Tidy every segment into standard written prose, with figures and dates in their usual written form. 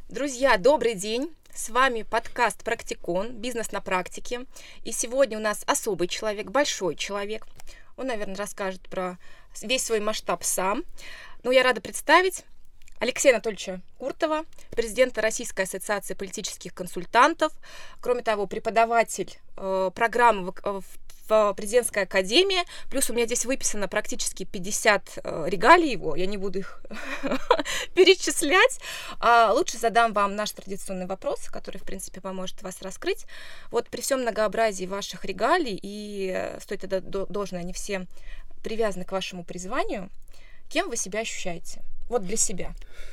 Друзья, добрый день! С вами подкаст «Практикон. Бизнес на практике». И сегодня у нас особый человек, большой человек. Он, наверное, расскажет про весь свой масштаб сам. Но я рада представить Алексея Анатольевича Куртова, президента Российской ассоциации политических консультантов. Кроме того, преподаватель программы в президентской академии. Плюс у меня здесь выписано практически 50 регалий его. Я не буду их перечислять. Лучше задам вам наш традиционный вопрос, который, в принципе, поможет вас раскрыть. Вот при всем многообразии ваших регалий, и стоит это должное, они все привязаны к вашему призванию, кем вы себя ощущаете? Вот для себя.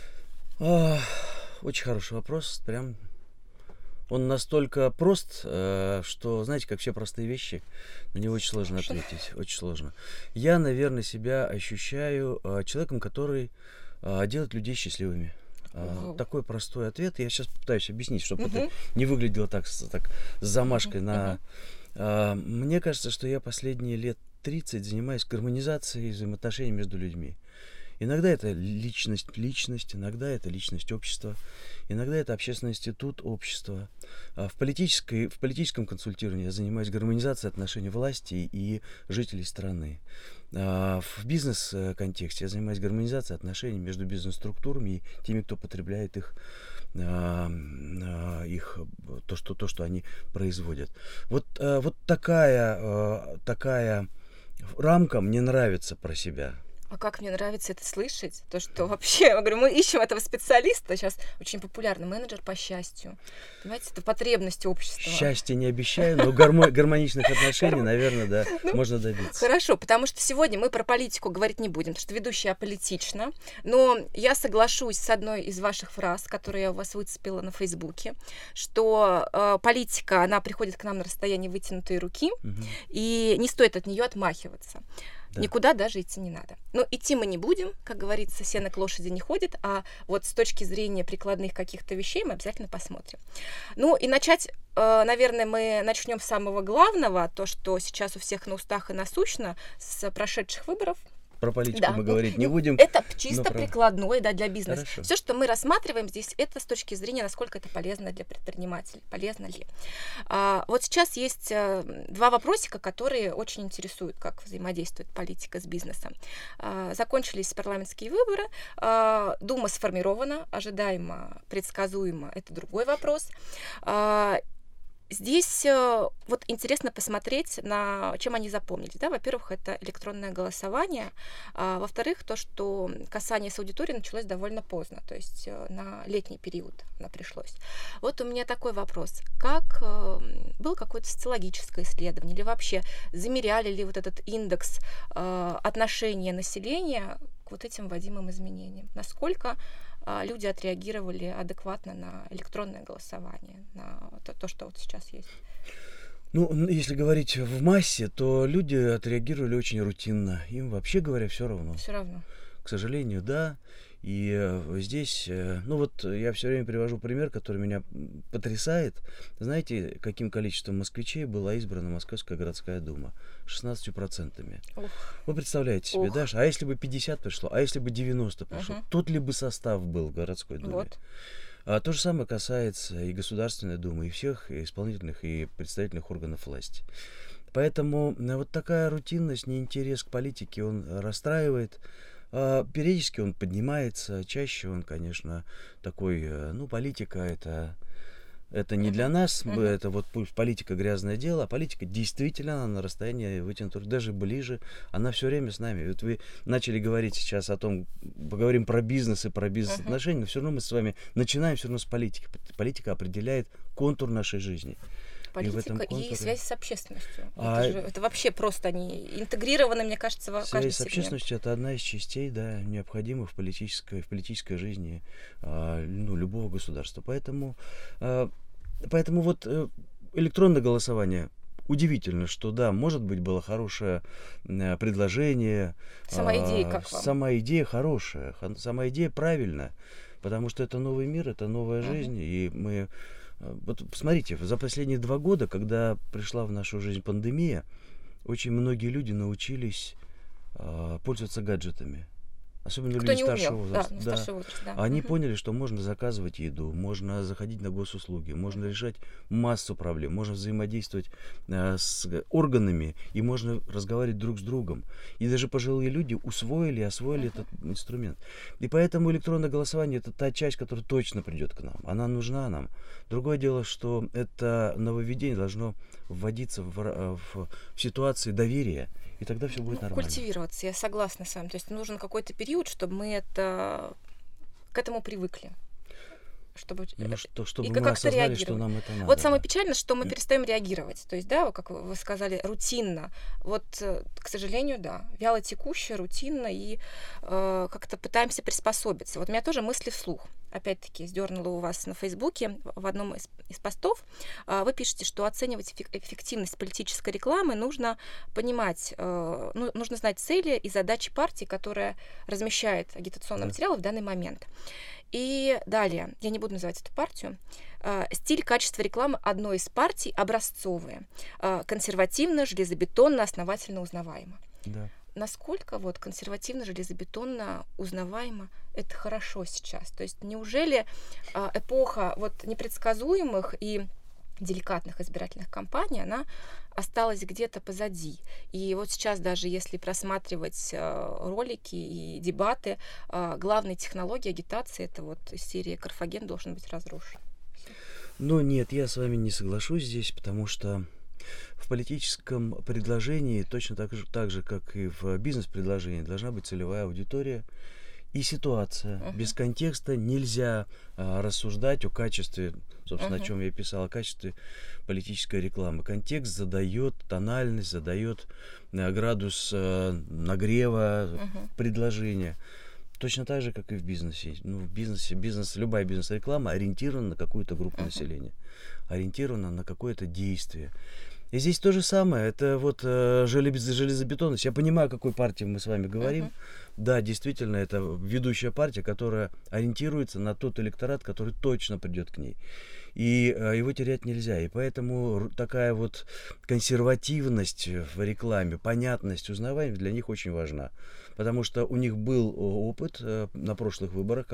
Очень хороший вопрос. Прям он настолько прост, что, знаете, как все простые вещи, на него очень сложно ответить. Очень сложно. Я, наверное, себя ощущаю человеком, который делает людей счастливыми. Такой простой ответ. Я сейчас пытаюсь объяснить, чтобы это не выглядело так с замашкой на... Мне кажется, что я последние лет 30 занимаюсь гармонизацией взаимоотношений между людьми. Иногда это личность, иногда это личность общества, иногда это общественный институт общества. В политическом консультировании я занимаюсь гармонизацией отношений власти и жителей страны. В бизнес-контексте я занимаюсь гармонизацией отношений между бизнес-структурами и теми, кто потребляет то, что они производят. Вот такая рамка мне нравится про себя. А как мне нравится это слышать, то, что вообще, я говорю, мы ищем этого специалиста, сейчас очень популярный менеджер по счастью. Понимаете, это потребность общества. Счастья не обещаю, но гармоничных отношений, наверное, да, можно добиться. Хорошо, потому что сегодня мы про политику говорить не будем, потому что ведущая аполитична, но я соглашусь с одной из ваших фраз, которую я у вас выцепила на Фейсбуке, что политика, она приходит к нам на расстоянии вытянутой руки, и не стоит от нее отмахиваться. Да. Никуда даже идти не надо. Но идти мы не будем, как говорится, сено к лошади не ходит, а вот с точки зрения прикладных каких-то вещей мы обязательно посмотрим. Ну и начать, наверное, мы начнем с самого главного, то, что сейчас у всех на устах и насущно, с прошедших выборов. Про политику мы говорить не будем. Это чисто прикладное, да, для бизнеса. Хорошо. Все, что мы рассматриваем здесь, это с точки зрения, насколько это полезно для предпринимателей. Полезно ли? Вот сейчас есть два вопросика, которые очень интересуют, как взаимодействует политика с бизнесом. Закончились парламентские выборы, Дума сформирована, ожидаемо, предсказуемо, это другой вопрос. Здесь вот интересно посмотреть, на чем они запомнились. Да? Во-первых, это электронное голосование. Во-вторых, то, что касание с аудиторией началось довольно поздно, то есть на летний период оно пришлось. Вот у меня такой вопрос. Как было какое-то социологическое исследование или вообще замеряли ли вот этот индекс отношения населения к вот этим вводимым изменениям? Насколько люди отреагировали адекватно на электронное голосование, на то, что вот сейчас есть? Ну, если говорить в массе, то люди отреагировали очень рутинно. Им, вообще говоря, все равно. Все равно. К сожалению, да. И здесь, ну вот я все время привожу пример, который меня потрясает. Знаете, каким количеством москвичей была избрана Московская городская дума? 16%. Ух. Вы представляете себе, да? А если бы 50 пришло, а если бы 90 пришло? Тот ли бы состав был в городской думе? Вот. То же самое касается и Государственной Думы, и всех исполнительных и представительных органов власти. Поэтому вот такая рутинность, неинтерес к политике, он расстраивает. Периодически он поднимается, чаще он, конечно, такой, ну, политика это не для нас, это вот пусть политика грязное дело, а политика действительно она на расстоянии вытянутой руки, даже ближе, она все время с нами. Вот вы начали говорить сейчас о том, поговорим про бизнес и про бизнес-отношения, но все равно мы с вами начинаем все равно с политики. Политика определяет контур нашей жизни. Политика и связь с общественностью. Это вообще просто они интегрированы, мне кажется, в каждый сегмент. Связь с общественностью — это одна из частей, да, необходимых в политической жизни любого государства. Поэтому вот электронное голосование. Удивительно, что да, может быть, было хорошее предложение. Сама идея как вам? Сама идея хорошая, сама идея правильная, потому что это новый мир, это новая жизнь, и мы... Вот посмотрите, за последние 2 года, когда пришла в нашу жизнь пандемия, очень многие люди научились пользоваться гаджетами. Особенно Кто люди не старшего умел, возраста. да, Да. старший возраст, да. Они поняли, что можно заказывать еду, можно заходить на госуслуги, можно решать массу проблем, можно взаимодействовать с органами и можно разговаривать друг с другом. И даже пожилые люди усвоили и освоили этот инструмент. И поэтому электронное голосование — это та часть, которая точно придет к нам. Она нужна нам. Другое дело, что это нововведение должно вводиться в ситуации доверия, и тогда все будет нормально. Культивироваться, я согласна с вами. То есть нужен какой-то период, чтобы мы к этому привыкли. Чтобы чтобы и мы как-то осознали, что реагировать. нам это надо. Вот самое печальное, что мы перестаем реагировать. То есть, да, как вы сказали, рутинно. Вот, к сожалению, да, вяло текущее, рутинно, и как-то пытаемся приспособиться. Вот у меня тоже мысли вслух. Опять-таки, сдернула у вас на Фейсбуке в одном из постов. Вы пишете, что оценивать эффективность политической рекламы нужно понимать, нужно знать цели и задачи партии, которая размещает агитационные материалы в данный момент. И далее, я не буду называть эту партию, стиль, качество рекламы одной из партий образцовые, консервативно, железобетонно, основательно узнаваемо. Да. Насколько вот консервативно, железобетонно, узнаваемо это хорошо сейчас? То есть неужели эпоха вот непредсказуемых и деликатных избирательных кампаний, она осталась где-то позади. И вот сейчас даже если просматривать ролики и дебаты, главной технологией агитации это вот из серии «Карфаген должен быть разрушен». Но нет, я с вами не соглашусь здесь, потому что в политическом предложении, точно так же, как и в бизнес-предложении, должна быть целевая аудитория и ситуация. Без контекста нельзя рассуждать о качестве, собственно, о чем я писал, о качестве политической рекламы. Контекст задает тональность, задает градус нагрева предложения. Точно так же, как и в бизнесе. Ну, в бизнесе, любая бизнес-реклама ориентирована на какую-то группу населения, ориентирована на какое-то действие. И здесь то же самое, это вот железобетонность. Я понимаю, о какой партии мы с вами говорим. Да, действительно, это ведущая партия, которая ориентируется на тот электорат, который точно придет к ней. И его терять нельзя. И поэтому такая вот консервативность в рекламе, понятность, узнаваемость для них очень важна. Потому что у них был опыт на прошлых выборах,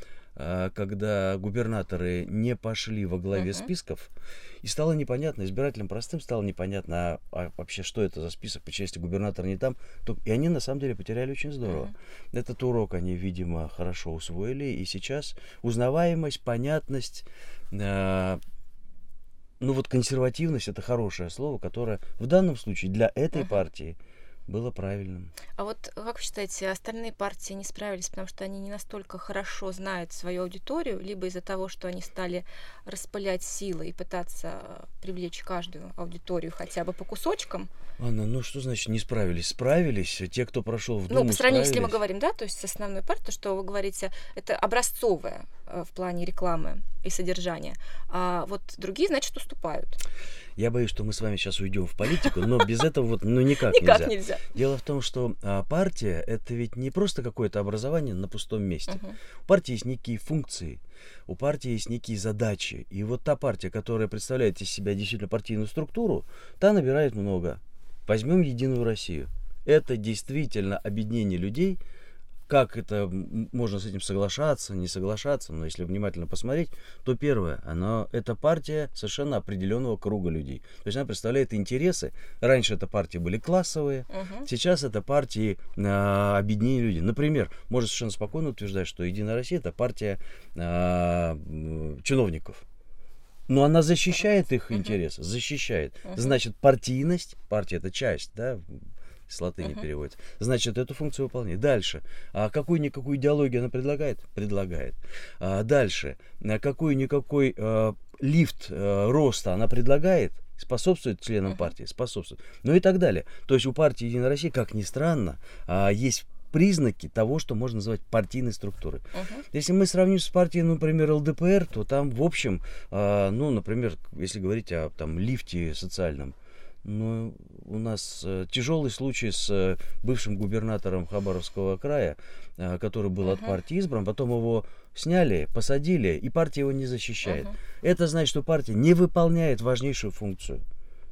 когда губернаторы не пошли во главе списков, и стало непонятно, избирателям простым стало непонятно, а вообще что это за список, почему если губернатор не там, и они на самом деле потеряли очень здорово. Этот урок они, видимо, хорошо усвоили, и сейчас узнаваемость, понятность, ну вот консервативность — это хорошее слово, которое в данном случае для этой партии было правильным. А вот как вы считаете, остальные партии не справились, потому что они не настолько хорошо знают свою аудиторию, либо из-за того, что они стали распылять силы и пытаться привлечь каждую аудиторию хотя бы по кусочкам? Анна, ну что значит не справились? Справились. Те, кто прошел в Думу, по сравнению, справились. если мы говорим, да, то есть с основной партией, то, что вы говорите, это образцовое в плане рекламы и содержания, а вот другие, значит, уступают. Я боюсь, что мы с вами сейчас уйдем в политику, но без этого вот никак нельзя. Дело в том, что партия — это ведь не просто какое-то образование на пустом месте. У партии есть некие функции, у партии есть некие задачи. И вот та партия, которая представляет из себя действительно партийную структуру, та набирает много. Возьмем «Единую Россию». Это действительно объединение людей. Как это можно с этим соглашаться, не соглашаться, но если внимательно посмотреть, то первое, это партия совершенно определенного круга людей. То есть она представляет интересы. Раньше это партии были классовые, сейчас это партии объединения людей. Например, можно совершенно спокойно утверждать, что «Единая Россия» — это партия чиновников. Но она защищает их интересы, защищает. Значит, партийность, партия — это часть, да, с латыни переводится. Значит, эту функцию выполняет. Дальше. Какую-никакую идеологию она предлагает? Предлагает. Дальше. Какой-никакой лифт роста она предлагает? Способствует членам партии? Способствует. Ну и так далее. То есть у партии «Единая Россия», как ни странно, есть признаки того, что можно называть партийной структурой. Если мы сравним с партией, например, ЛДПР, то там, в общем, например, если говорить о лифте социальном, но у нас тяжелый случай с бывшим губернатором Хабаровского края, который был от партии избран, потом его сняли, посадили, и партия его не защищает. Это значит, что партия не выполняет важнейшую функцию —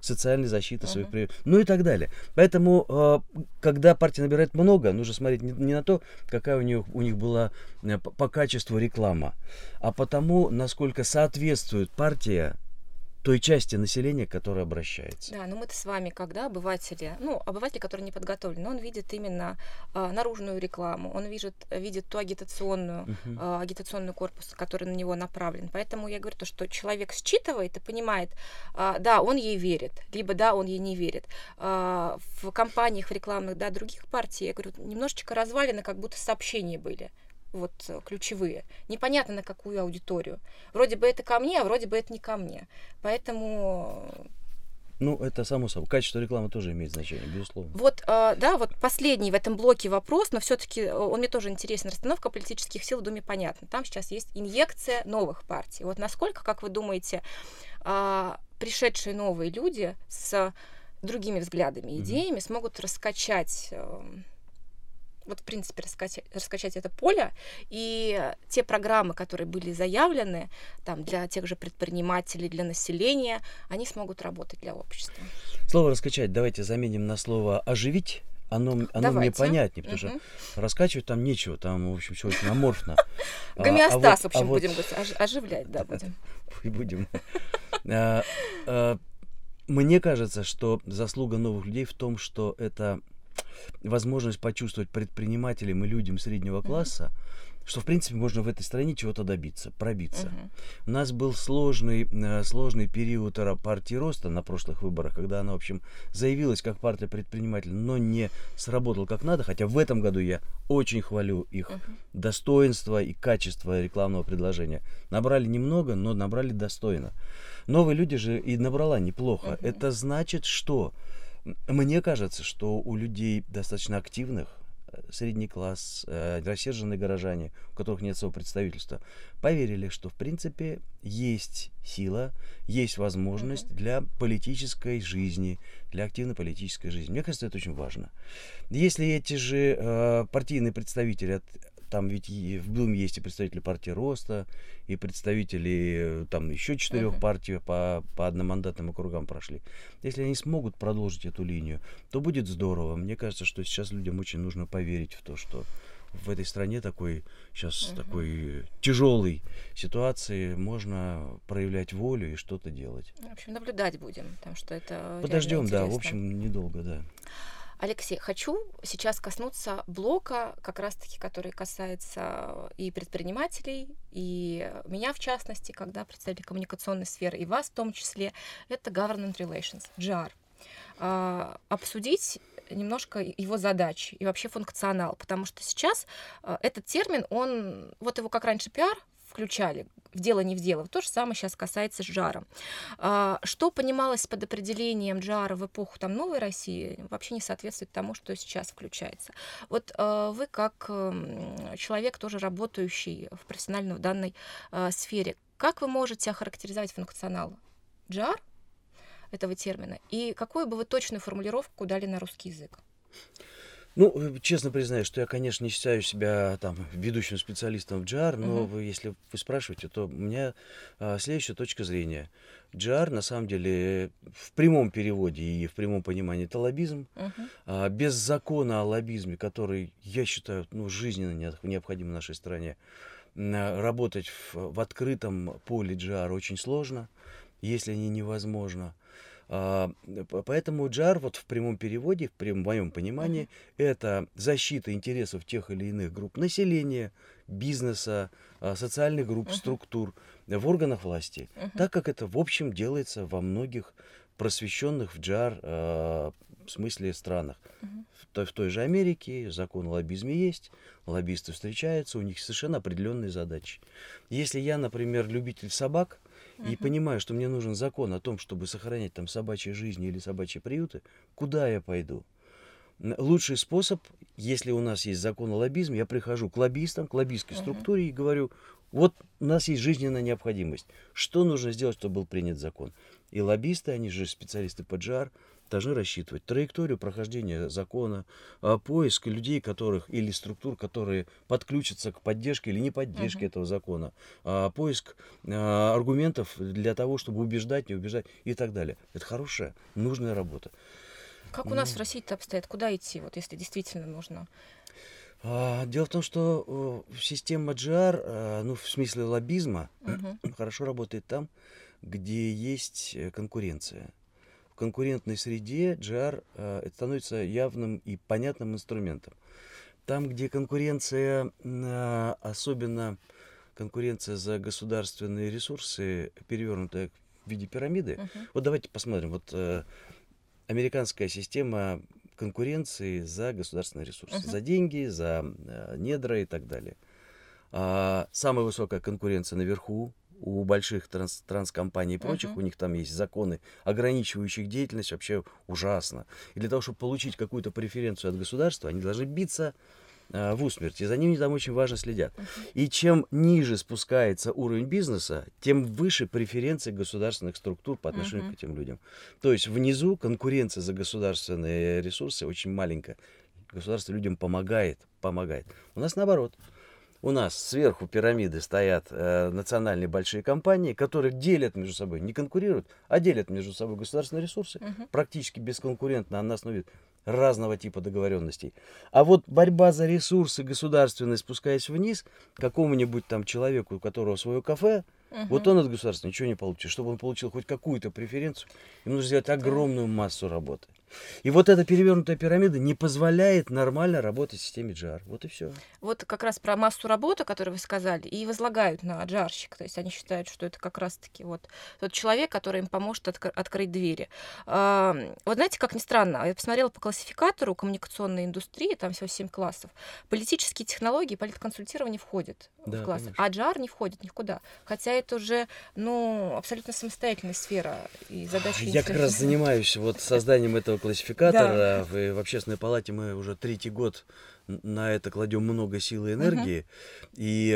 социальной защиты своих ну и так далее. Поэтому, когда партия набирает много, нужно смотреть не на то, какая у них была по качеству реклама, а потому, насколько соответствует партия той части населения, которое обращается. Да, но мы-то с вами, когда обыватели, обыватель, который не подготовлен, он видит именно наружную рекламу, он видит ту агитационный корпус, который на него направлен. Поэтому я говорю, что человек считывает и понимает, да, он ей верит, либо да, он ей не верит. В кампаниях, в рекламных, да, других партий, я говорю, немножечко развалины, как будто сообщения были. Вот ключевые. Непонятно, на какую аудиторию. Вроде бы это ко мне, а вроде бы это не ко мне. Поэтому... Это само собой. Качество рекламы тоже имеет значение, безусловно. Вот последний в этом блоке вопрос, но все-таки он мне тоже интересен. Расстановка политических сил в Думе понятна. Там сейчас есть инъекция новых партий. Вот насколько, как вы думаете, пришедшие новые люди с другими взглядами, идеями смогут раскачать... в принципе, раскачать это поле, и те программы, которые были заявлены там, для тех же предпринимателей, для населения, они смогут работать для общества. Слово «раскачать» давайте заменим на слово «оживить». Оно мне понятнее, потому что раскачивать там нечего, там, в общем, все очень аморфно. Гомеостаз, в общем, будем оживлять, да, будем. Будем. Мне кажется, что заслуга новых людей в том, что это возможность почувствовать предпринимателям и людям среднего класса, что, в принципе, можно в этой стране чего-то добиться, пробиться. У нас был сложный период партии Роста на прошлых выборах, когда она, в общем, заявилась как партия предпринимателей, но не сработала как надо, хотя в этом году я очень хвалю их достоинство и качество рекламного предложения. Набрали немного, но набрали достойно. Новые люди же и набрала неплохо. Это значит, что... Мне кажется, что у людей достаточно активных, средний класс, рассерженные горожане, у которых нет своего представительства, поверили, что, в принципе, есть сила, есть возможность для политической жизни, для активной политической жизни. Мне кажется, это очень важно. Если эти же партийные представители, там ведь в Думе есть и представители партии Роста, и представители там еще 4 партий по одномандатным округам прошли. Если они смогут продолжить эту линию, то будет здорово. Мне кажется, что сейчас людям очень нужно поверить в то, что в этой стране такой тяжелой ситуации можно проявлять волю и что-то делать. В общем, наблюдать будем, потому что это подождем, да, в общем, недолго, да. Алексей, хочу сейчас коснуться блока, как раз-таки, который касается и предпринимателей, и меня в частности, когда представители коммуникационной сферы, и вас в том числе, это Government Relations, GR. Обсудить немножко его задачи и вообще функционал, потому что сейчас этот термин, вот его как раньше пиар включали, в дело не в дело. То же самое сейчас касается джара. Что понималось под определением джара в эпоху новой России, вообще не соответствует тому, что сейчас включается. Вот вы как человек, тоже работающий профессионально в данной сфере, как вы можете охарактеризовать функционал джар этого термина, и какую бы вы точную формулировку дали на русский язык? Честно признаюсь, что я, конечно, не считаю себя ведущим специалистом в GR, но если вы спрашиваете, то у меня следующая точка зрения. GR, на самом деле, в прямом переводе и в прямом понимании, это лоббизм. Без закона о лоббизме, который, я считаю, жизненно необходим в нашей стране, работать в открытом поле GR очень сложно, если не невозможно. Поэтому GR в прямом переводе, в моем понимании, это защита интересов тех или иных групп населения, бизнеса, социальных групп, структур в органах власти, так как это в общем делается во многих просвещенных в GR в смысле странах. В той же Америке закон о лоббизме есть, лоббисты встречаются, у них совершенно определенные задачи. Если я, например, любитель собак, и понимаю, что мне нужен закон о том, чтобы сохранять там собачьи жизни или собачьи приюты, куда я пойду? Лучший способ, если у нас есть закон о лоббизме, я прихожу к лоббистам, к лоббистской структуре и говорю, вот у нас есть жизненная необходимость. Что нужно сделать, чтобы был принят закон? И лоббисты, они же специалисты по GR, должны рассчитывать траекторию прохождения закона, поиск людей, которых или структур, которые подключатся к поддержке или не поддержке этого закона, поиск аргументов для того, чтобы убеждать, не убеждать и так далее. Это хорошая, нужная работа. Как у нас в России-то обстоит? Куда идти, вот если действительно нужно? Дело в том, что система GR, ну, в смысле лоббизма, хорошо работает там, где есть конкуренция. В конкурентной среде GR это становится явным и понятным инструментом. Там, где конкуренция, особенно конкуренция за государственные ресурсы, перевернутая в виде пирамиды. Вот давайте посмотрим. Вот американская система конкуренции за государственные ресурсы, за деньги, за недра и так далее. Самая высокая конкуренция наверху у больших транскомпаний и прочих, у них там есть законы, ограничивающих деятельность, вообще ужасно. И для того, чтобы получить какую-то преференцию от государства, они должны биться в усмерть, и за ними там очень важно следят. И чем ниже спускается уровень бизнеса, тем выше преференции государственных структур по отношению к этим людям. То есть внизу конкуренция за государственные ресурсы очень маленькая. Государство людям помогает. У нас наоборот. У нас сверху пирамиды стоят национальные большие компании, которые делят между собой, не конкурируют, а делят между собой государственные ресурсы, практически бесконкурентно на основе разного типа договоренностей. А вот борьба за ресурсы государственные, спускаясь вниз, какому-нибудь там человеку, у которого свое кафе, вот он от государства ничего не получит. Чтобы он получил хоть какую-то преференцию, ему нужно сделать огромную массу работы. И вот эта перевернутая пирамида не позволяет нормально работать в системе GR. Вот и все. Вот как раз про массу работы, которую вы сказали, и возлагают на GR-щика. То есть они считают, что это как раз-таки вот тот человек, который им поможет открыть двери. Вот знаете, как ни странно, я посмотрела по классификатору коммуникационной индустрии, там всего 7 классов. Политические технологии, политконсультирование входит в класс, а GR не входит никуда. Хотя это уже, абсолютно самостоятельная сфера и задача. Я как раз занимаюсь вот созданием этого классификатора. Да. В Общественной палате мы уже 3-й год на это кладем много сил и энергии. И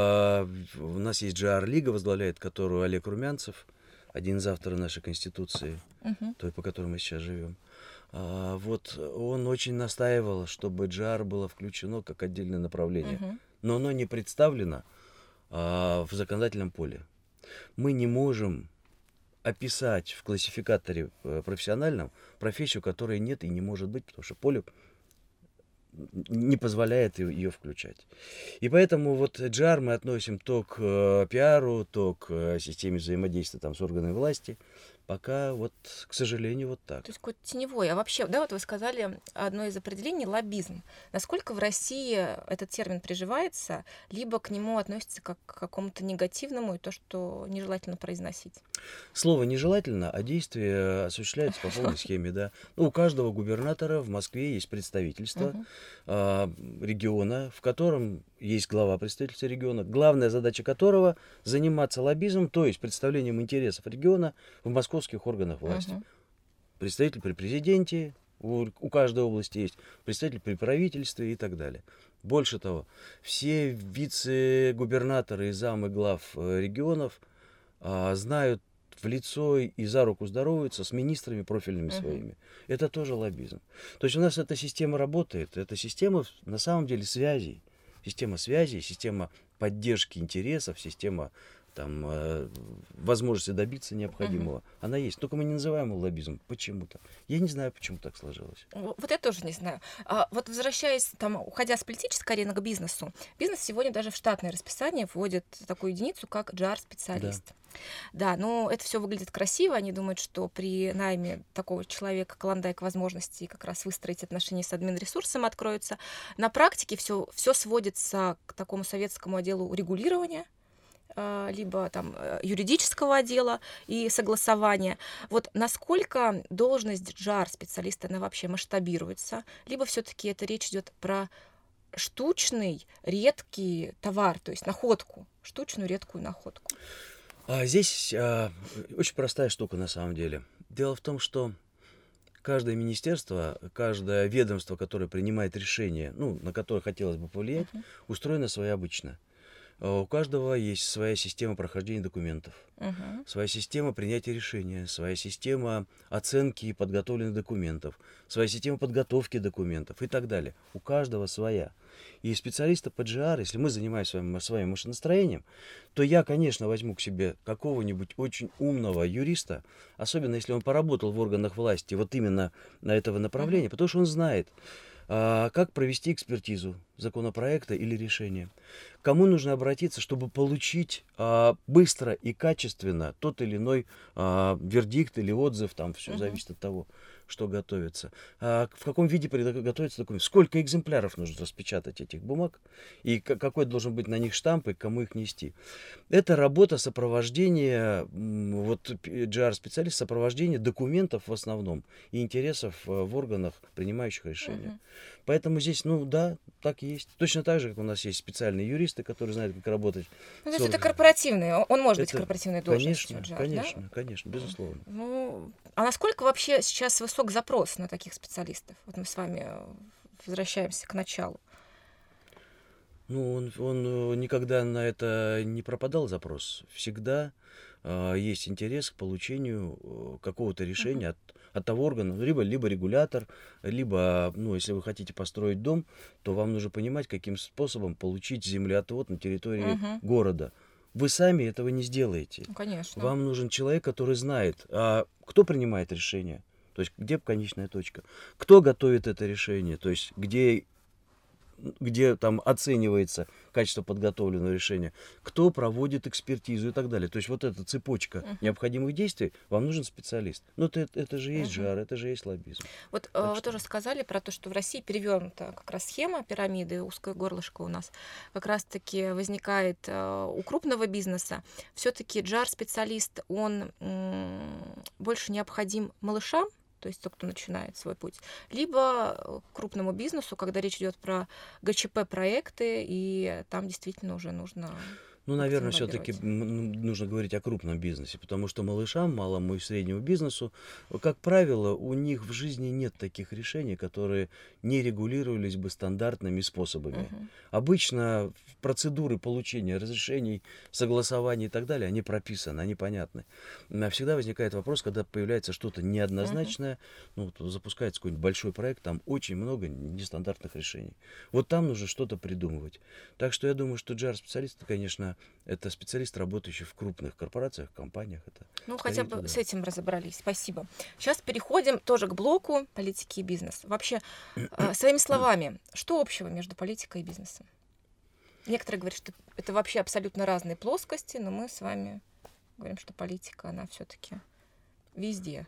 у нас есть GR-лига, возглавляет которую Олег Румянцев, один из авторов нашей Конституции, той, по которой мы сейчас живем. Вот он очень настаивал, чтобы GR было включено как отдельное направление. Но оно не представлено в законодательном поле. Мы не можем описать в классификаторе профессиональном профессию, которой нет и не может быть, потому что поле не позволяет ее включать. И поэтому вот GR мы относим то к пиару, то к системе взаимодействия там с органами власти. Пока вот, к сожалению, вот так. То есть какой-то теневой. А вообще, да, вот вы сказали одно из определений — лоббизм. Насколько в России этот термин приживается, либо к нему относится как к какому-то негативному и то, что нежелательно произносить? Слово нежелательно, а действие осуществляется по полной схеме, да. У каждого губернатора в Москве есть представительство региона, в котором есть глава представительства региона, главная задача которого заниматься лоббизмом, то есть представлением интересов региона в московских органах власти. Представитель при президенте, у каждой области есть представитель при правительстве и так далее. Больше того, все вице-губернаторы и замы глав регионов знают в лицо и за руку здороваются с министрами профильными своими. Это тоже лоббизм. То есть у нас эта система работает. Это система на самом деле связей. Система связей, система поддержки интересов, система возможности добиться необходимого. Она есть. Только мы не называем его лоббизм почему-то. Я не знаю, почему так сложилось. Вот я тоже не знаю. Вот возвращаясь, уходя с политической арены к бизнесу, бизнес сегодня даже в штатное расписание вводит такую единицу, как GR-специалист. Да, но это все выглядит красиво. Они думают, что при найме такого человека клондайк возможностей как раз выстроить отношения с админресурсом откроется. На практике все сводится к такому советскому отделу регулирования, либо юридического отдела и согласования. Вот насколько должность GR-специалиста, она вообще масштабируется, либо все-таки это речь идет про штучный, редкий товар, то есть находку, штучную, редкую находку? Здесь очень простая штука на самом деле. Дело в том, что каждое министерство, каждое ведомство, которое принимает решения, на которое хотелось бы повлиять, устроено своеобычно. У каждого есть своя система прохождения документов, Мгм. своя система принятия решения, своя система оценки подготовленных документов, своя система подготовки документов и так далее. У каждого своя. И специалиста по GR, если мы занимаемся своим машиностроением, то я, конечно, возьму к себе какого-нибудь очень умного юриста, особенно если он поработал в органах власти вот именно на этого направления, потому что он знает, как провести экспертизу законопроекта или решения. Кому нужно обратиться, чтобы получить быстро и качественно тот или иной вердикт или отзыв, там все зависит от того, что готовится. В каком виде готовится документ, сколько экземпляров нужно распечатать этих бумаг, и какой должен быть на них штамп, и кому их нести. Это работа сопровождения, вот GR-специалист, сопровождение документов в основном и интересов в органах, принимающих решения. Поэтому здесь, ну да, так и есть. Точно так же, как у нас есть специальные юристы, которые знают, как работать. Ну, то есть это корпоративный, он может быть корпоративной должностью. Конечно, GR, конечно, да? конечно, безусловно. Ну, а насколько вообще сейчас высок запрос на таких специалистов? Вот мы с вами возвращаемся к началу. Ну, он никогда на это не пропадал запрос. Всегда есть интерес к получению какого-то решения от того органа, либо регулятор, либо, ну, если вы хотите построить дом, то вам нужно понимать, каким способом получить землеотвод на территории города. Вы сами этого не сделаете. Ну, конечно. Вам нужен человек, который знает, кто принимает решение, то есть где конечная точка, кто готовит это решение, то есть где там оценивается качество подготовленного решения, кто проводит экспертизу и так далее. То есть вот эта цепочка необходимых действий, вам нужен специалист. Ну, это же есть GR, это же есть лоббизм. Вот вы тоже сказали про то, что в России перевернута как раз схема пирамиды, узкое горлышко у нас. Как раз-таки возникает у крупного бизнеса. Все-таки GR-специалист, он больше необходим малышам, то есть тот, кто начинает свой путь, либо крупному бизнесу, когда речь идет про ГЧП-проекты, и там действительно уже нужно... Ну, наверное, все-таки нужно говорить о крупном бизнесе, потому что малышам, малому и среднему бизнесу, как правило, у них в жизни нет таких решений, которые не регулировались бы стандартными способами. Обычно процедуры получения разрешений, согласований и так далее, они прописаны, они понятны. Всегда возникает вопрос, когда появляется что-то неоднозначное, ну, запускается какой-нибудь большой проект, там очень много нестандартных решений. Вот там нужно что-то придумывать. Так что я думаю, что GR-специалисты, конечно, это специалист, работающий в крупных корпорациях, компаниях. Это ну, хотя бы с этим разобрались. Спасибо. Сейчас переходим тоже к блоку политики и бизнес. Вообще, своими словами, что общего между политикой и бизнесом? Некоторые говорят, что это вообще абсолютно разные плоскости, но мы с вами говорим, что политика, она все-таки везде.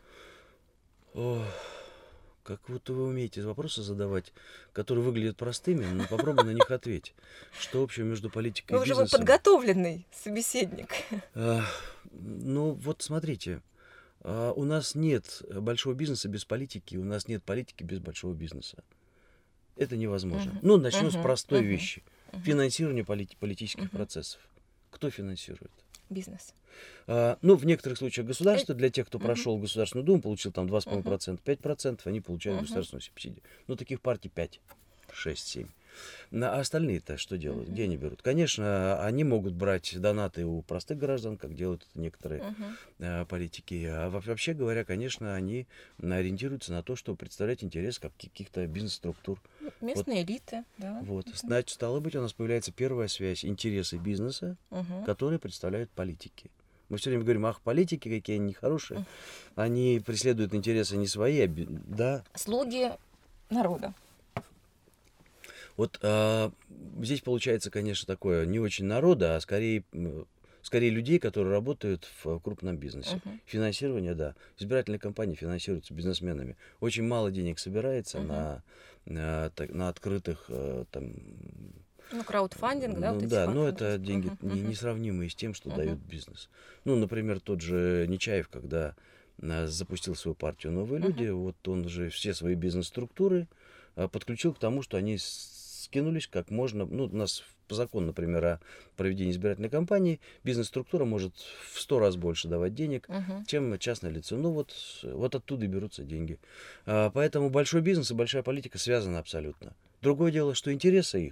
Как вот вы умеете вопросы задавать, которые выглядят простыми, но попробуй на них ответить. Что общего между политикой и бизнесом? Вы уже подготовленный собеседник. Ну, вот смотрите, у нас нет большого бизнеса без политики, у нас нет политики без большого бизнеса. Это невозможно. Ну, начнем с простой вещи. Финансирование политических процессов. Кто финансирует? Бизнес. Ну, в некоторых случаях государство, для тех, кто прошел Государственную Думу, получил там 2,5%, 5%, они получают государственную субсидию. Ну, таких партий 5, 6, 7. А остальные-то что делают? Где они берут? Конечно, они могут брать донаты у простых граждан, как делают это некоторые политики. А вообще говоря, конечно, они ориентируются на то, чтобы представлять интерес каких-то бизнес-структур. Местные элиты, да. Вот. Значит, стало быть, у нас появляется первая связь интересы бизнеса, которые представляют политики. Мы все время говорим, ах, политики какие они нехорошие. Они преследуют интересы не свои, да. Слуги народа. Вот здесь получается, конечно, такое не очень народа, а скорее людей, которые работают в крупном бизнесе. Финансирование, да. Избирательные кампании финансируются бизнесменами. Очень мало денег собирается на открытых там... Ну, краудфандинг, да? Вот да, но это деньги несравнимые с тем, что дает бизнес. Ну, например, тот же Нечаев, когда запустил свою партию «Новые люди», вот он же все свои бизнес-структуры подключил к тому, что они скинулись как можно. Ну, у нас по закону, например, о проведении избирательной кампании бизнес-структура может в 100 раз больше давать денег, чем частное лицо. Ну, вот оттуда и берутся деньги. Поэтому большой бизнес и большая политика связаны абсолютно. Другое дело, что интересы их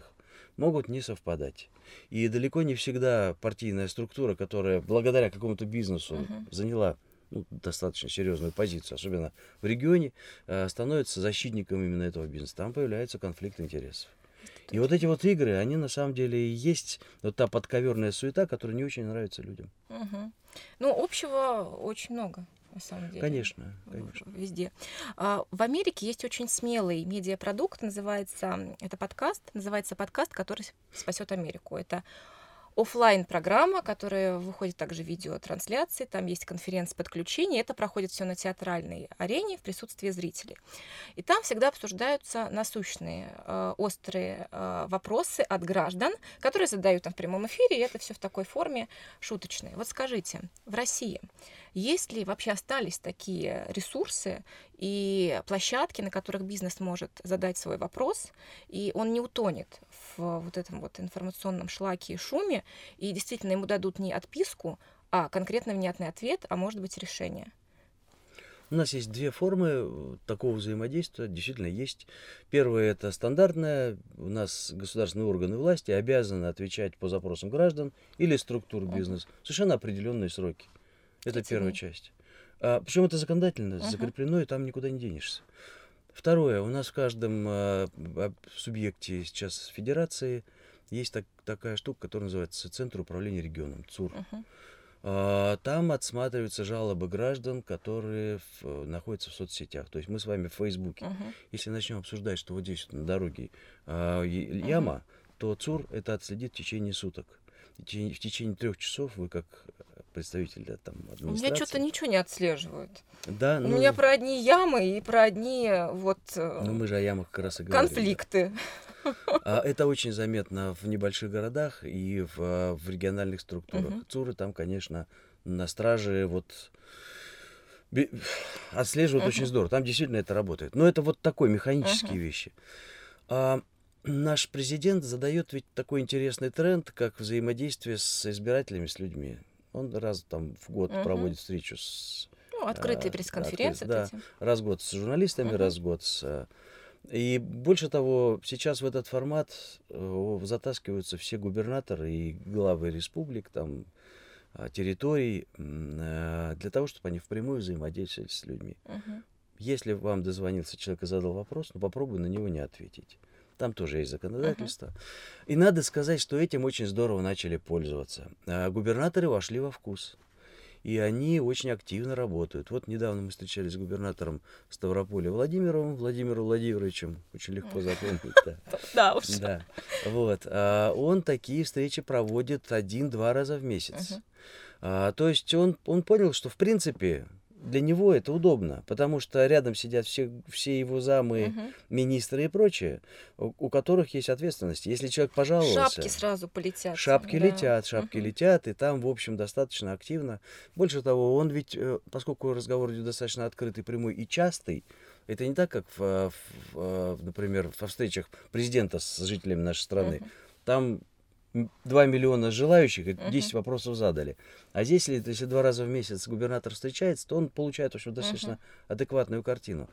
могут не совпадать. И далеко не всегда партийная структура, которая благодаря какому-то бизнесу заняла достаточно серьезную позицию, особенно в регионе, становится защитником именно этого бизнеса. Там появляется конфликт интересов. И вот эти вот игры, они на самом деле и есть вот та подковерная суета, которая не очень нравится людям. Ну, общего очень много, на самом деле. Конечно, конечно. Везде. В Америке есть очень смелый медиапродукт, называется подкаст, который спасет Америку. Это офлайн-программа, которая выходит также в видеотрансляции, там есть конференц-подключение, это проходит все на театральной арене в присутствии зрителей. И там всегда обсуждаются насущные, острые вопросы от граждан, которые задают там в прямом эфире, и это все в такой форме шуточной. Вот скажите, в России есть ли вообще остались такие ресурсы и площадки, на которых бизнес может задать свой вопрос, и он не утонет в вот этом вот информационном шлаке и шуме, и действительно ему дадут не отписку, а конкретно внятный ответ, а может быть решение? У нас есть две формы такого взаимодействия, действительно есть. Первое — это стандартное. У нас государственные органы власти обязаны отвечать по запросам граждан или структур бизнеса в совершенно определенные сроки. Это первая часть. Причем это законодательно закреплено, и там никуда не денешься. Второе. У нас в каждом субъекте сейчас федерации есть такая штука, которая называется Центр управления регионом, ЦУР. Там отсматриваются жалобы граждан, которые находятся в соцсетях. То есть мы с вами в Фейсбуке. Если начнем обсуждать, что вот здесь на дороге яма, то ЦУР это отследит в течение суток. В течение 3 часов вы, как представитель администрации... У меня что-то ничего не отслеживают. Да, У меня про одни ямы и про одни вот мы же о ямах как раз и говорим. Конфликты. Это очень заметно в небольших городах и в региональных структурах. ЦУРы там, конечно, на страже отслеживают очень здорово. Там действительно это работает. Но это вот такой механические вещи. Наш президент задает ведь такой интересный тренд, как взаимодействие с избирателями, с людьми. Он раз там в год проводит встречу с... открытые пресс-конференции. Да, раз в год с журналистами, раз в год с... И больше того, сейчас в этот формат затаскиваются все губернаторы и главы республик, там, территорий, для того, чтобы они впрямую взаимодействовали с людьми. Если вам дозвонился человек и задал вопрос, попробуй на него не ответить. Там тоже есть законодательство. И надо сказать, что этим очень здорово начали пользоваться. Губернаторы вошли во вкус. И они очень активно работают. Вот недавно мы встречались с губернатором Ставрополя Владимиром Владимировичем. Очень легко запомнить. Да уж. Да. Вот. Он такие встречи проводит 1-2 раза в месяц. То есть он понял, что в принципе... Для него это удобно, потому что рядом сидят все его замы, министры и прочее, у которых есть ответственность. Если человек пожаловался... Шапки сразу полетят. Шапки летят, и там, в общем, достаточно активно. Больше того, он ведь, поскольку разговор идет достаточно открытый, прямой и частый, это не так, как, например, во встречах президента с жителями нашей страны. Там 2 миллиона желающих, и 10 вопросов задали. А здесь, если 2 раза в месяц губернатор встречается, то он получает, в общем, достаточно адекватную картину.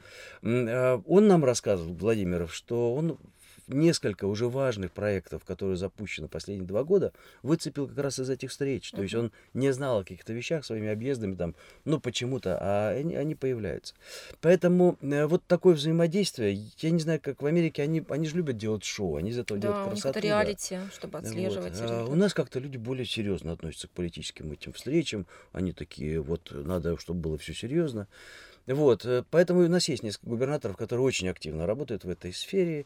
Он нам рассказывал, Владимиров, что он несколько уже важных проектов, которые запущены последние 2 года, выцепил как раз из этих встреч. То есть он не знал о каких-то вещах своими объездами, там, почему-то, а они появляются. Поэтому вот такое взаимодействие, я не знаю, как в Америке, они же любят делать шоу, они из этого делают красоту. Да, у них это реалити, чтобы отслеживать. У нас как-то люди более серьезно относятся к политическим этим встречам. Они такие, надо, чтобы было все серьезно. Поэтому у нас есть несколько губернаторов, которые очень активно работают в этой сфере,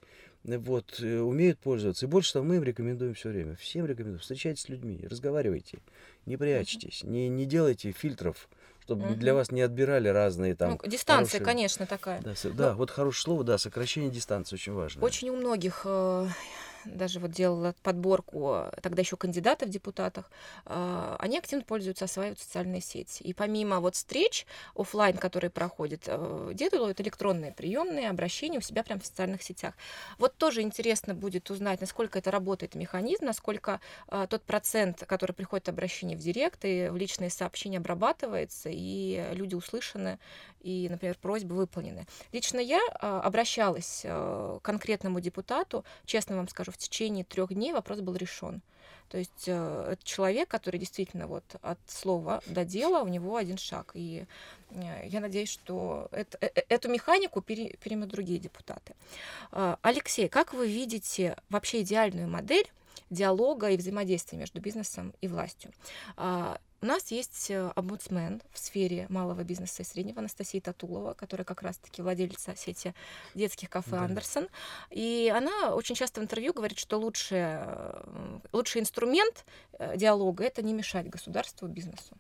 умеют пользоваться. И больше того, мы им рекомендуем все время. Всем рекомендуем. Встречайтесь с людьми, разговаривайте, не прячьтесь, не делайте фильтров, чтобы для вас не отбирали разные там... дистанция, конечно, такая. Да, вот хорошее слово, сокращение дистанции очень важно. Очень у многих... даже делала подборку тогда еще кандидатов в депутатах, они активно пользуются, осваивают социальные сети. И помимо встреч офлайн, которые проходят, делают электронные приемные обращения у себя прямо в социальных сетях. Тоже интересно будет узнать, насколько это работает механизм, насколько тот процент, который приходит обращение в директ и в личные сообщения, обрабатывается, и люди услышаны, и, например, просьбы выполнены. Лично я обращалась к конкретному депутату, честно вам скажу, в течение 3 дней вопрос был решен. То есть это человек, который действительно вот от слова до дела, у него один шаг. И я надеюсь, что эту механику примут другие депутаты. Алексей, как вы видите вообще идеальную модель диалога и взаимодействия между бизнесом и властью? У нас есть омбудсмен в сфере малого бизнеса и среднего Анастасия Татулова, которая как раз-таки владелица сети детских кафе «Андерсон». И она очень часто в интервью говорит, что лучший инструмент диалога — это не мешать государству, бизнесу.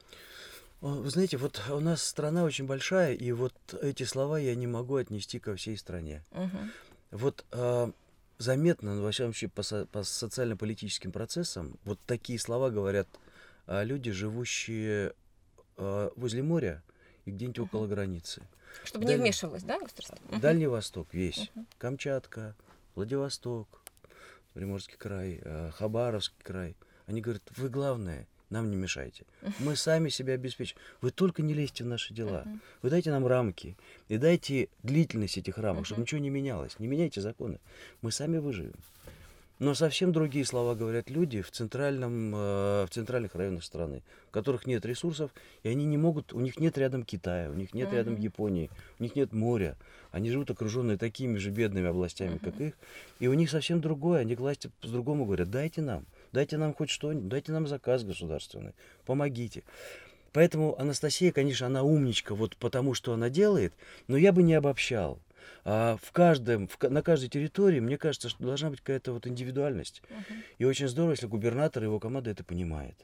Вы знаете, вот у нас страна очень большая, и вот эти слова я не могу отнести ко всей стране. Вот заметно, во всяком случае, по социально-политическим процессам, вот такие слова говорят люди, живущие возле моря и где-нибудь около границы. Чтобы не вмешивалось, да, государство? Дальний Восток весь. Камчатка, Владивосток, Приморский край, Хабаровский край. Они говорят, вы главное, нам не мешайте. Мы сами себя обеспечим. Вы только не лезьте в наши дела. Вы дайте нам рамки и дайте длительность этих рамок, чтобы ничего не менялось. Не меняйте законы. Мы сами выживем. Но совсем другие слова говорят люди в центральных районах страны, у которых нет ресурсов, и они не могут, у них нет рядом Китая, у них нет рядом Японии, у них нет моря. Они живут окруженные такими же бедными областями, как их, и у них совсем другое. Они к власти по-другому говорят, дайте нам хоть что-нибудь, дайте нам заказ государственный, помогите. Поэтому Анастасия, конечно, она умничка, вот потому что она делает, но я бы не обобщал. На каждой территории, мне кажется, что должна быть какая-то вот индивидуальность. И очень здорово, если губернатор и его команда это понимает.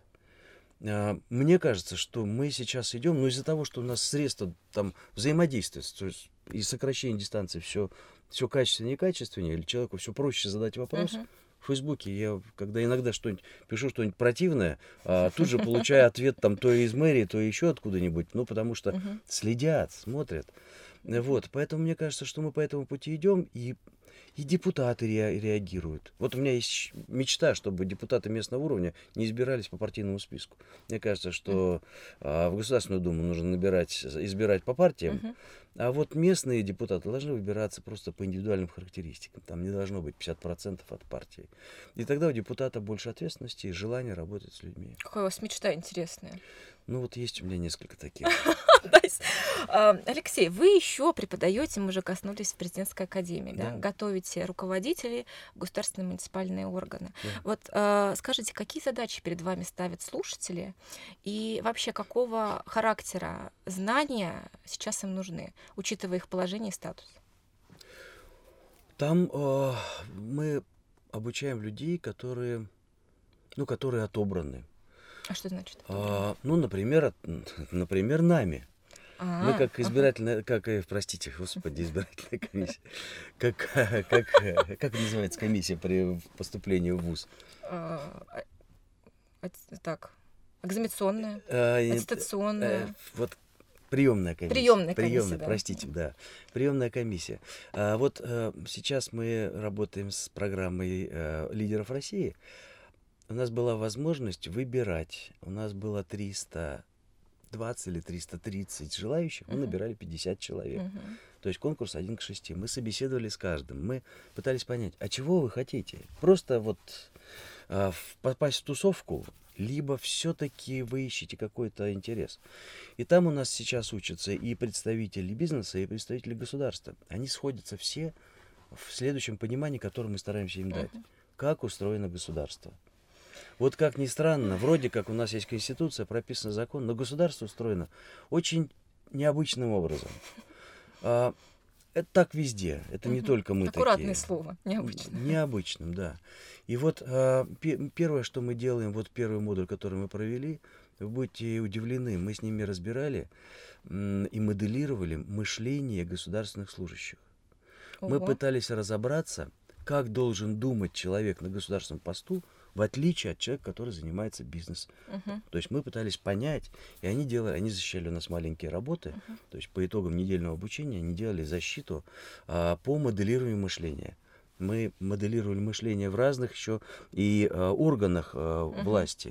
Мне кажется, что мы сейчас идем, но из-за того, что у нас средства там взаимодействия, то есть и сокращение дистанции все качественнее и качественнее, или человеку все проще задать вопрос. В Фейсбуке я, когда иногда пишу что-нибудь противное, тут же получаю ответ там то из мэрии, то еще откуда-нибудь, потому что следят, смотрят. Вот, поэтому мне кажется, что мы по этому пути идем, и депутаты реагируют. Вот у меня есть мечта, чтобы депутаты местного уровня не избирались по партийному списку. Мне кажется, что в Государственную Думу нужно избирать по партиям, а вот местные депутаты должны выбираться просто по индивидуальным характеристикам. Там не должно быть 50% от партии. И тогда у депутата больше ответственности и желания работать с людьми. Какая у вас мечта интересная. Ну вот есть у меня несколько таких. Алексей, вы еще преподаете, мы уже коснулись в президентской академии, да? Готовите руководителей в государственные муниципальные органы. Вот скажите, какие задачи перед вами ставят слушатели и вообще какого характера знания сейчас им нужны, учитывая их положение и статус? Там мы обучаем людей, которые отобраны. А что значит? Например, нами. Мы как избирательная, избирательная комиссия. Как называется комиссия при поступлении в ВУЗ? Экзаменационная, аттестационная. Вот приемная комиссия. Приемная комиссия. Вот сейчас мы работаем с программой лидеров России. У нас была возможность выбирать. У нас было 320 или 330 желающих. Мы набирали 50 человек. То есть конкурс 1 к 6. Мы собеседовали с каждым. Мы пытались понять, а чего вы хотите? Просто вот попасть в тусовку, либо все-таки вы ищете какой-то интерес. И там у нас сейчас учатся и представители бизнеса, и представители государства. Они сходятся все в следующем понимании, которое мы стараемся им дать. Как устроено государство. Вот как ни странно, вроде как у нас есть конституция, прописан закон, но государство устроено очень необычным образом. Это так везде, это не только мы такие. Аккуратное слово, необычным. Необычным, да. И вот первое, что мы делаем, вот первый модуль, который мы провели, вы будете удивлены, мы с ними разбирали и моделировали мышление государственных служащих. Мы пытались разобраться, как должен думать человек на государственном посту, в отличие от человека, который занимается бизнесом. То есть мы пытались понять, и они защищали у нас маленькие работы, то есть по итогам недельного обучения они делали защиту по моделированию мышления. Мы моделировали мышление в разных еще и органах власти.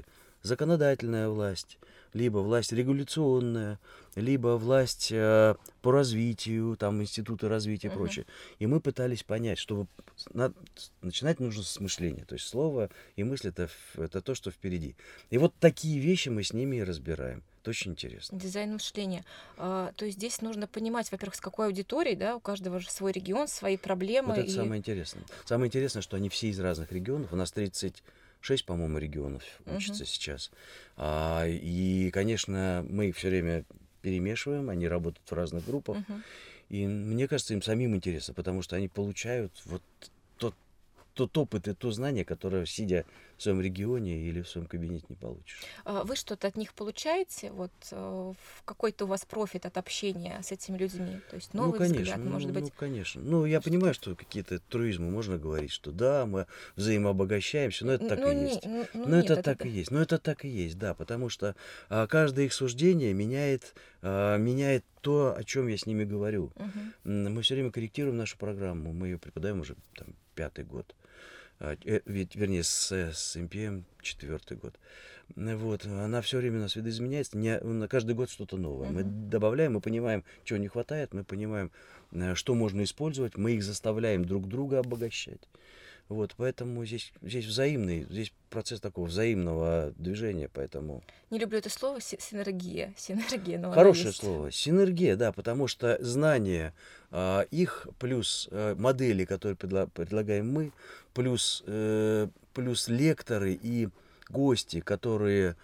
законодательная власть, либо власть регуляционная, либо власть по развитию, там институты развития и прочее. И мы пытались понять, что начинать нужно с мышления. То есть слово и мысль это то, что впереди. И вот такие вещи мы с ними и разбираем. Это очень интересно. Дизайн мышления. То есть здесь нужно понимать, во-первых, с какой аудиторией, да, у каждого же свой регион, свои проблемы. Вот это самое интересное. Самое интересное, что они все из разных регионов. У нас 36, по-моему, регионов учатся сейчас. И, конечно, мы их все время перемешиваем, они работают в разных группах. И мне кажется, им самим интересно, потому что они получают вот тот опыт и то знание, которое, сидя в своем регионе или в своем кабинете, не получишь. Вы что-то от них получаете? Вот какой-то у вас профит от общения с этими людьми? То есть новый взгляд, может быть? Ну, конечно. Ну, я понимаю, что какие-то truизмы можно говорить, что да, мы взаимообогащаемся, но это так и есть. Но это так и есть. Но это так и есть, да, потому что каждое их суждение меняет то, о чем я с ними говорю. Мы все время корректируем нашу программу, мы ее преподаем уже там 5-й год. Вернее, с MPM 4-й год. Вот, она все время у нас видоизменяется, на каждый год что-то новое. Мы добавляем, мы понимаем, чего не хватает, мы понимаем, что можно использовать, мы их заставляем друг друга обогащать. Вот, поэтому здесь здесь процесс такого взаимного движения, поэтому... Не люблю это слово синергия. Но хорошее слово. Синергия, да, потому что знания их плюс модели, которые предлагаем мы, плюс лекторы и гости, которые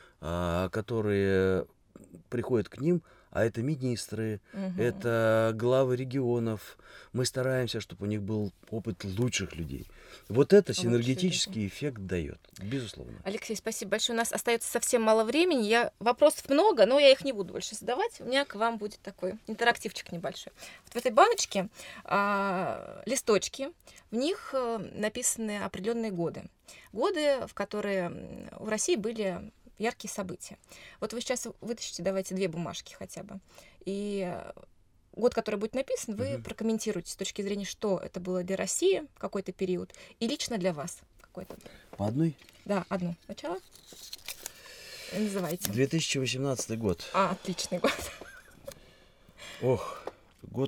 приходят к ним, а это министры, это главы регионов. Мы стараемся, чтобы у них был опыт лучших людей. Вот это синергетический эффект дает, безусловно. Алексей, спасибо большое. У нас остается совсем мало времени. Вопросов много, но я их не буду больше задавать. У меня к вам будет такой интерактивчик небольшой. Вот в этой баночке листочки, в них написаны определенные годы. Годы, в которые в России были яркие события. Вот вы сейчас вытащите, давайте 2 бумажки хотя бы. И год, который будет написан, вы прокомментируете с точки зрения, что это было для России, какой-то период, и лично для вас какой-то. По одной? Да, одну. Сначала называйте. 2018 год. Отличный год. Ох, год...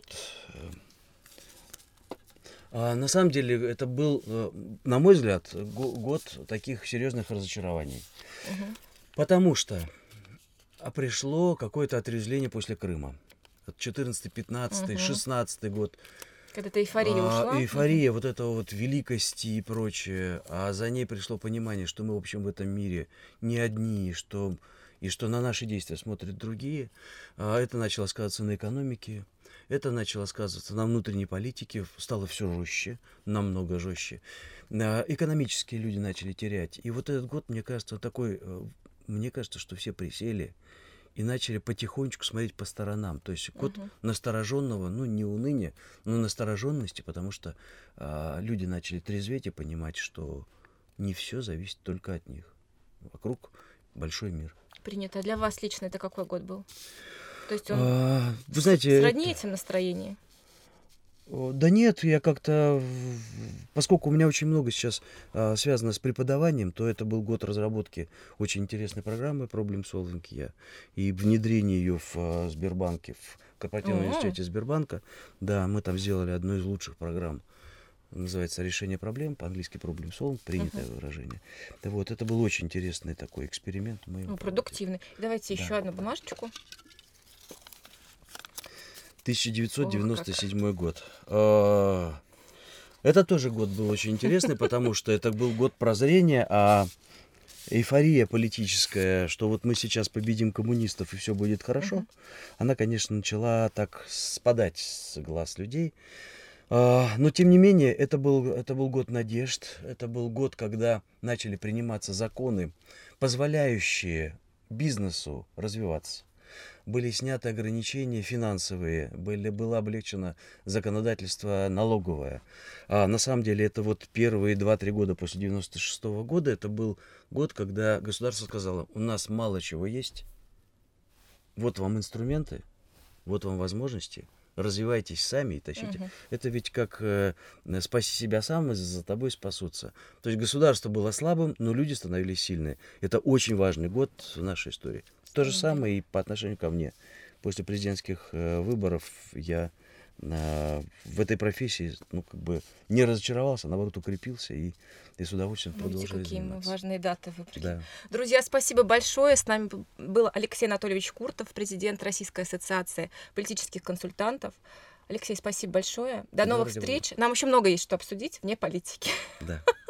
на самом деле, это был, на мой взгляд, год таких серьезных разочарований. Потому что пришло какое-то отрезвление после Крыма. 14, 15, 16 год. Когда-то эйфория ушла. Эйфория вот этого вот великости и прочее. А за ней пришло понимание, что мы, в общем, в этом мире не одни, и что на наши действия смотрят другие. Это начало сказываться на экономике. Это начало сказываться на внутренней политике. Стало все жестче, намного жестче. Экономические люди начали терять. И вот этот год, мне кажется, такой... Мне кажется, что все присели и начали потихонечку смотреть по сторонам. То есть год настороженного, ну, не уныния, но настороженности, потому что люди начали трезветь и понимать, что не все зависит только от них. Вокруг большой мир. Принято. А для вас лично это какой год был? То есть он вы знаете, сродни этим настроениям? Да нет, я как-то, поскольку у меня очень много сейчас связано с преподаванием, то это был год разработки очень интересной программы Problem Solving и внедрения ее в Сбербанке, в корпоративном университете Сбербанка. Да, мы там сделали одну из лучших программ. Называется «Решение проблем», по-английски «Problem Solving», принятое выражение. Да, вот, это был очень интересный такой эксперимент. Продуктивный. Давайте еще одну бумажечку. 1997 год. Это тоже год был очень интересный, потому что это был год прозрения, а эйфория политическая, что вот мы сейчас победим коммунистов и все будет хорошо, она, конечно, начала так спадать с глаз людей. Но, тем не менее, это был год надежд, это был год, когда начали приниматься законы, позволяющие бизнесу развиваться. Были сняты ограничения финансовые, было облегчено законодательство налоговое. На самом деле, это вот первые 2-3 года после 96 года, это был год, когда государство сказало, у нас мало чего есть, вот вам инструменты, вот вам возможности, развивайтесь сами и тащите. Мгм. Это ведь как спаси себя сам, и за тобой спасутся. То есть государство было слабым, но люди становились сильные. Это очень важный год в нашей истории. То же самое и по отношению ко мне. После президентских выборов я в этой профессии, ну, как бы не разочаровался, наоборот, укрепился и с удовольствием Видите, продолжаю какие мы заниматься. важные даты выбрали. Да. Друзья, спасибо большое. С нами был Алексей Анатольевич Куртов, президент Российской ассоциации политических консультантов. Алексей, спасибо большое. До Да, новых ради встреч. Нам еще много есть что обсудить вне политики. Да.